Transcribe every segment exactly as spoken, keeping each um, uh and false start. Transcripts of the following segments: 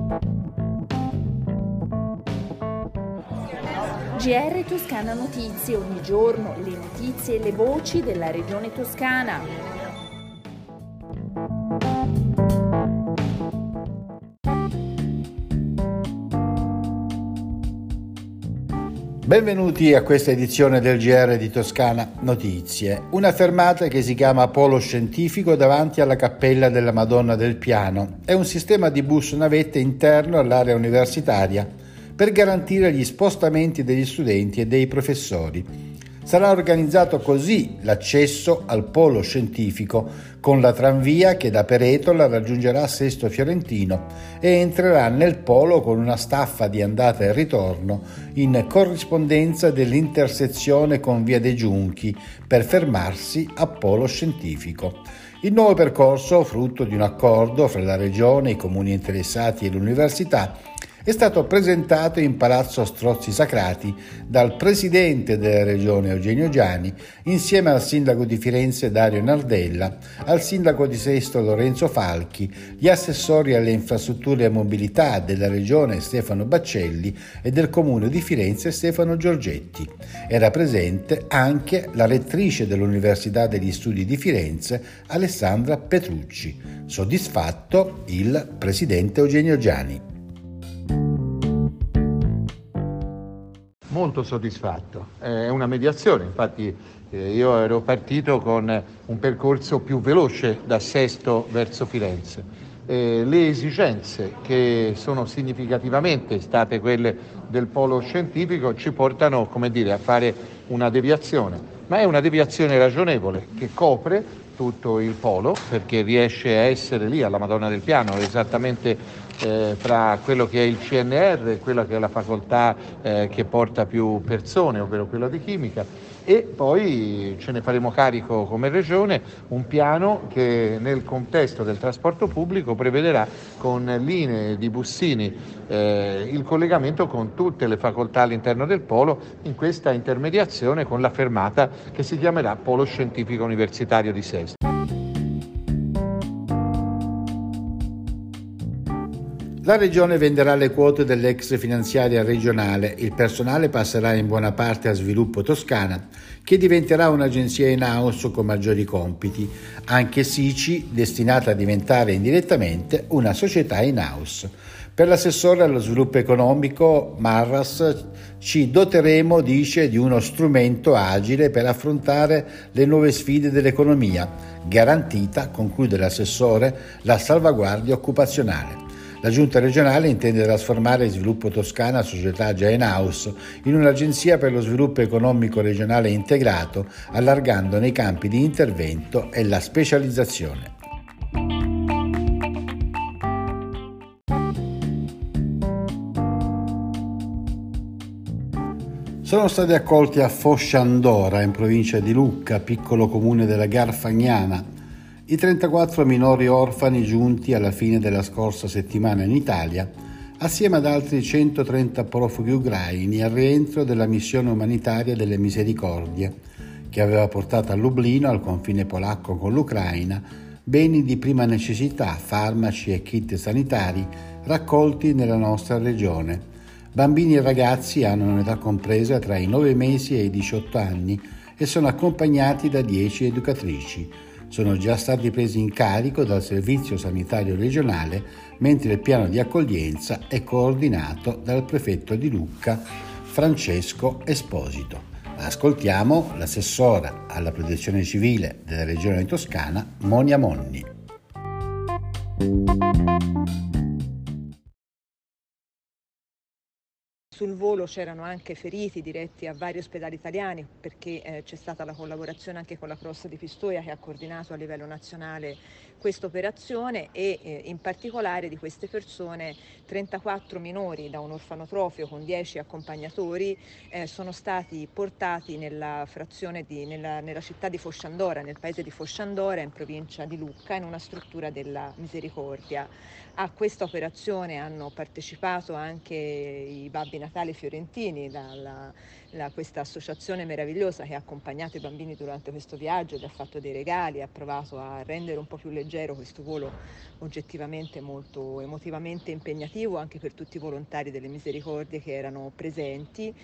G R Toscana Notizie, ogni giorno le notizie e le voci della regione toscana. Benvenuti a questa edizione del G R di Toscana Notizie. Una fermata che si chiama Polo Scientifico davanti alla Cappella della Madonna del Piano. È un sistema di bus navette interno all'area universitaria per garantire gli spostamenti degli studenti e dei professori. Sarà organizzato così l'accesso al Polo Scientifico con la tranvia che da Peretola raggiungerà Sesto Fiorentino e entrerà nel polo con una staffa di andata e ritorno in corrispondenza dell'intersezione con Via dei Giunchi per fermarsi a Polo Scientifico. Il nuovo percorso, frutto di un accordo fra la Regione, i comuni interessati e l'università, è stato presentato in Palazzo Strozzi Sacrati dal presidente della regione Eugenio Giani insieme al sindaco di Firenze Dario Nardella, al sindaco di Sesto Lorenzo Falchi, gli assessori alle infrastrutture e mobilità della regione Stefano Baccelli e del comune di Firenze Stefano Giorgetti. Era presente anche la rettrice dell'Università degli Studi di Firenze Alessandra Petrucci. Soddisfatto il presidente Eugenio Giani. Molto soddisfatto, è una mediazione, infatti eh, io ero partito con un percorso più veloce da Sesto verso Firenze. Eh, le esigenze che sono significativamente state quelle del polo scientifico ci portano, come dire, a fare una deviazione, ma è una deviazione ragionevole che copre tutto il polo perché riesce a essere lì alla Madonna del Piano, esattamente Eh, fra quello che è il C N R e quella che è la facoltà eh, che porta più persone, ovvero quella di chimica, e poi ce ne faremo carico come regione un piano che nel contesto del trasporto pubblico prevederà con linee di bussini eh, il collegamento con tutte le facoltà all'interno del polo in questa intermediazione con la fermata che si chiamerà Polo Scientifico Universitario di Sesto. La Regione venderà le quote dell'ex finanziaria regionale, il personale passerà in buona parte a Sviluppo Toscana, che diventerà un'agenzia in-house con maggiori compiti, anche SICI destinata a diventare indirettamente una società in-house. Per l'assessore allo sviluppo economico Marras ci doteremo, dice, di uno strumento agile per affrontare le nuove sfide dell'economia, garantita, conclude l'assessore, la salvaguardia occupazionale. La Giunta regionale intende trasformare Sviluppo Toscana, società già in-house, in un'agenzia per lo sviluppo economico regionale integrato, allargandone i campi di intervento e la specializzazione. Sono stati accolti a Fosciandora, in provincia di Lucca, piccolo comune della Garfagnana, i trentaquattro minori orfani giunti alla fine della scorsa settimana in Italia, assieme ad altri centotrenta profughi ucraini al rientro della missione umanitaria delle Misericordie, che aveva portato a Lublino, al confine polacco con l'Ucraina, beni di prima necessità, farmaci e kit sanitari raccolti nella nostra regione. Bambini e ragazzi hanno un'età compresa tra i nove mesi e i diciotto anni e sono accompagnati da dieci educatrici. Sono già stati presi in carico dal Servizio Sanitario Regionale, mentre il piano di accoglienza è coordinato dal prefetto di Lucca, Francesco Esposito. Ascoltiamo l'assessora alla Protezione Civile della Regione Toscana, Monia Monni. Sul volo c'erano anche feriti diretti a vari ospedali italiani perché eh, c'è stata la collaborazione anche con la Croce di Pistoia che ha coordinato a livello nazionale questa operazione e eh, in particolare di queste persone trentaquattro minori da un orfanotrofio con dieci accompagnatori eh, sono stati portati nella frazione di, nella, nella città di Fosciandora, nel paese di Fosciandora in provincia di Lucca, in una struttura della Misericordia. A questa operazione hanno partecipato anche i Babbi Natale fiorentini dalla, la, questa associazione meravigliosa che ha accompagnato i bambini durante questo viaggio, gli ha fatto dei regali, ha provato a rendere un po' più leggero questo volo oggettivamente molto emotivamente impegnativo anche per tutti i volontari delle Misericordie che erano presenti.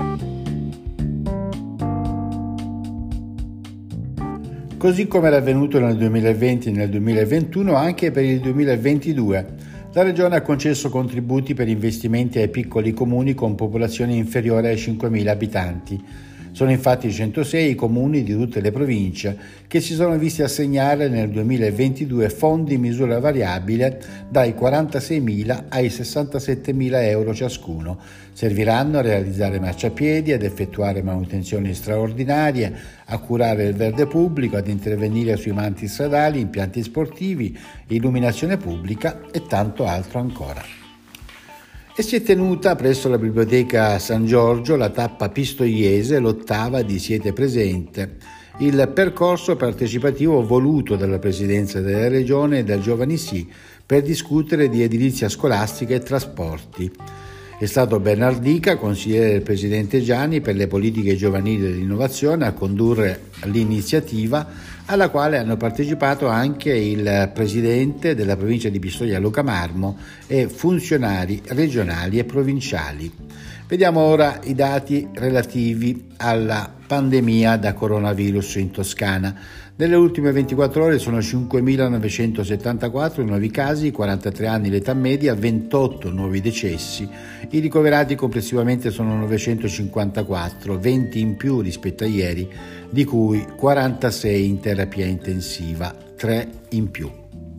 Così come era avvenuto nel duemilaventi e nel duemilaventuno, anche per il duemilaventidue la Regione ha concesso contributi per investimenti ai piccoli comuni con popolazione inferiore ai cinquemila abitanti. Sono infatti centosei i comuni di tutte le province che si sono visti assegnare nel duemilaventidue fondi in misura variabile dai quarantaseimila ai sessantasettemila euro ciascuno. Serviranno a realizzare marciapiedi, ad effettuare manutenzioni straordinarie, a curare il verde pubblico, ad intervenire sui manti stradali, impianti sportivi, illuminazione pubblica e tanto altro ancora. E si è tenuta presso la Biblioteca San Giorgio la tappa pistoiese, l'ottava di Siete Presente, il percorso partecipativo voluto dalla Presidenza della Regione e dal Giovani Sì per discutere di edilizia scolastica e trasporti. È stato Bernardica, consigliere del Presidente Gianni per le politiche giovanili e l'innovazione, a condurre l'iniziativa, alla quale hanno partecipato anche il Presidente della provincia di Pistoia Luca Marmo e funzionari regionali e provinciali. Vediamo ora i dati relativi alla pandemia da coronavirus in Toscana. Nelle ultime ventiquattro ore sono cinquemilanovecentosettantaquattro i nuovi casi, quarantatré anni l'età media, ventotto nuovi decessi. I ricoverati complessivamente sono novecentocinquantaquattro, venti in più rispetto a ieri, di cui quarantasei in terapia intensiva, tre in più.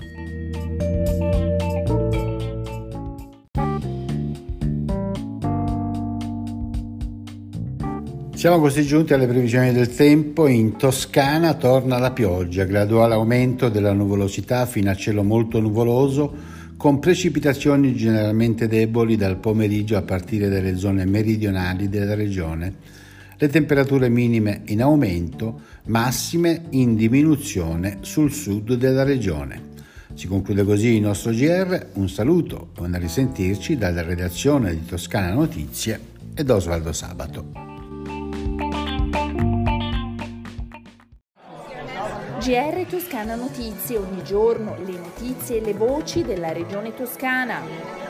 Siamo così giunti alle previsioni del tempo. In Toscana torna la pioggia, graduale aumento della nuvolosità fino a cielo molto nuvoloso, con precipitazioni generalmente deboli dal pomeriggio a partire dalle zone meridionali della regione. Le temperature minime in aumento, massime in diminuzione sul sud della regione. Si conclude così il nostro G R. Un saluto e un risentirci dalla redazione di Toscana Notizie e da Osvaldo Sabato. G R Toscana Notizie, ogni giorno le notizie e le voci della regione toscana.